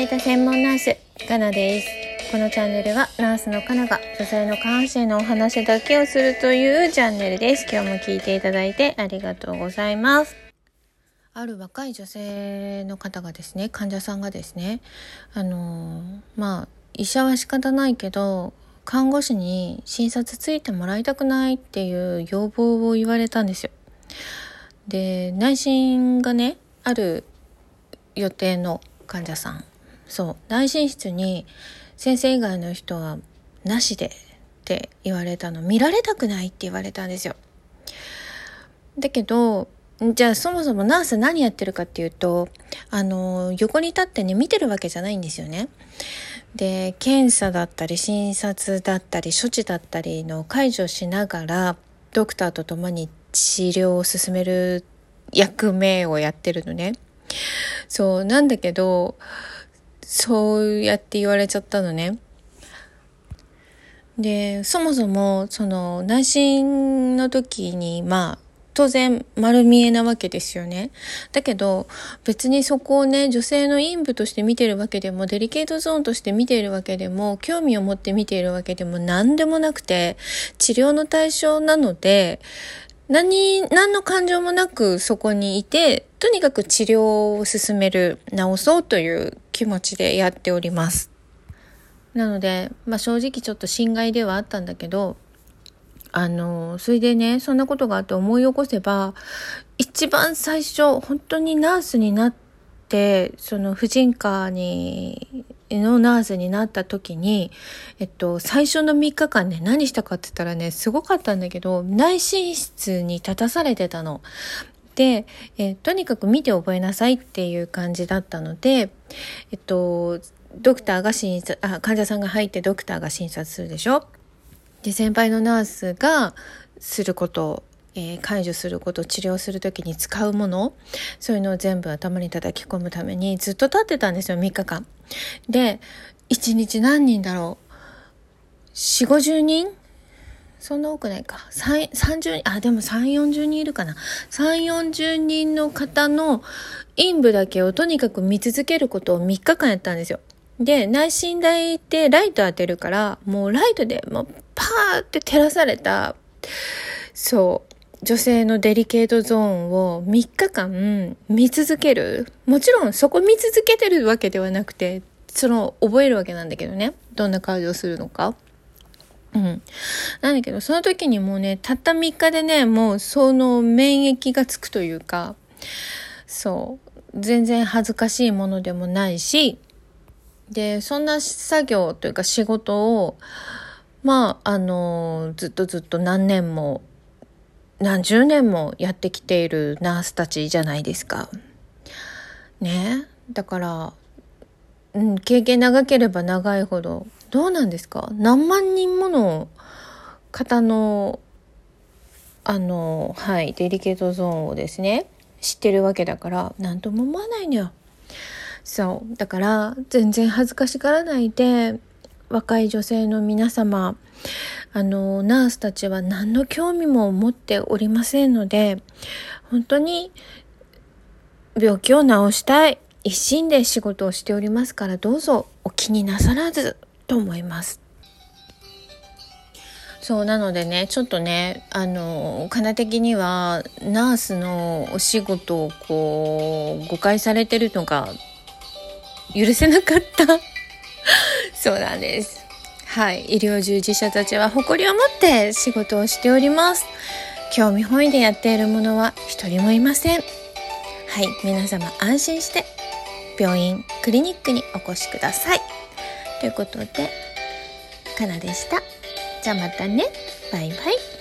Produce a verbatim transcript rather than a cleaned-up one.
ータ専門ナースかなです。このチャンネルはナースのかなが女性の下半身のお話だけをするというチャンネルです。今日も聞いていただいてありがとうございます。ある若い女性の方がですね、患者さんがですね、あのー、まあ医者は仕方ないけど看護師に診察ついてもらいたくないっていう要望を言われたんですよ。で、内診がねある予定の患者さん、そう内診室に先生以外の人はなしでって言われたの。見られたくないって言われたんですよ。だけどじゃあそもそもナース何やってるかっていうと、あの横に立ってね見てるわけじゃないんですよね。で、検査だったり診察だったり処置だったりの介助しながらドクターと共に治療を進める役目をやってるのね。そうなんだけど、そうやって言われちゃったのね。で、そもそもその内診の時にまあ当然丸見えなわけですよね。だけど別にそこをね女性の陰部として見てるわけでもデリケートゾーンとして見ているわけでも興味を持って見ているわけでも何でもなくて、治療の対象なので何何の感情もなくそこにいて、とにかく治療を進める、治そうという気持ちでやっております。なので、まあ、正直ちょっと心外ではあったんだけど、あのそれでねそんなことがあって思い起こせば、一番最初本当にナースになってその婦人科にのナースになった時に、えっと最初のみっかかんね何したかって言ったらねすごかったんだけど、内診室に立たされてたので、えとにかく見て覚えなさいっていう感じだったので、えっとドクターが診察あ患者さんが入ってドクターが診察するでしょ。で、先輩のナースがすること、えー、介助すること、治療するときに使うもの、そういうのを全部頭に叩き込むためにずっと立ってたんですよ、みっかかん。で、いちにち何人だろう、よんじゅう、ごじゅうにん、そんな多くないか、さんじゅうにん、あ、でもさんじゅう、よんじゅうにんいるかな、さんじゅう、よんじゅうにんの方の陰部だけをとにかく見続けることをみっかかんやったんですよ。で、内診台ってライト当てるから、もうライトでもうパーって照らされた、そう女性のデリケートゾーンをみっかかん見続ける。もちろんそこ見続けてるわけではなくて、その覚えるわけなんだけどね、どんな介助をするのか。うん。なんだけどその時にもうねたったみっかでねもうその免疫がつくというか、そう全然恥ずかしいものでもないし、でそんな作業というか仕事をまああのずっとずっと何年も何十年もやってきているナースたちじゃないですかね。だから、うん、経験長ければ長いほどどうなんですか、何万人もの方のあのはいデリケートゾーンをですね知ってるわけだから何とも思わないのよ。そうだから全然恥ずかしがらないで、若い女性の皆様、あのナースたちは何の興味も持っておりませんので、本当に病気を治したい一心で仕事をしておりますから、どうぞお気になさらずと思います。そうなのでねちょっとねあのかな的にはナースのお仕事をこう誤解されてるのが許せなかったそうなんです。はい、医療従事者たちは誇りを持って仕事をしております。興味本位でやっている者は一人もいません。はい、皆様安心して病院クリニックにお越しくださいということで、かなでした。じゃあまたね、バイバイ。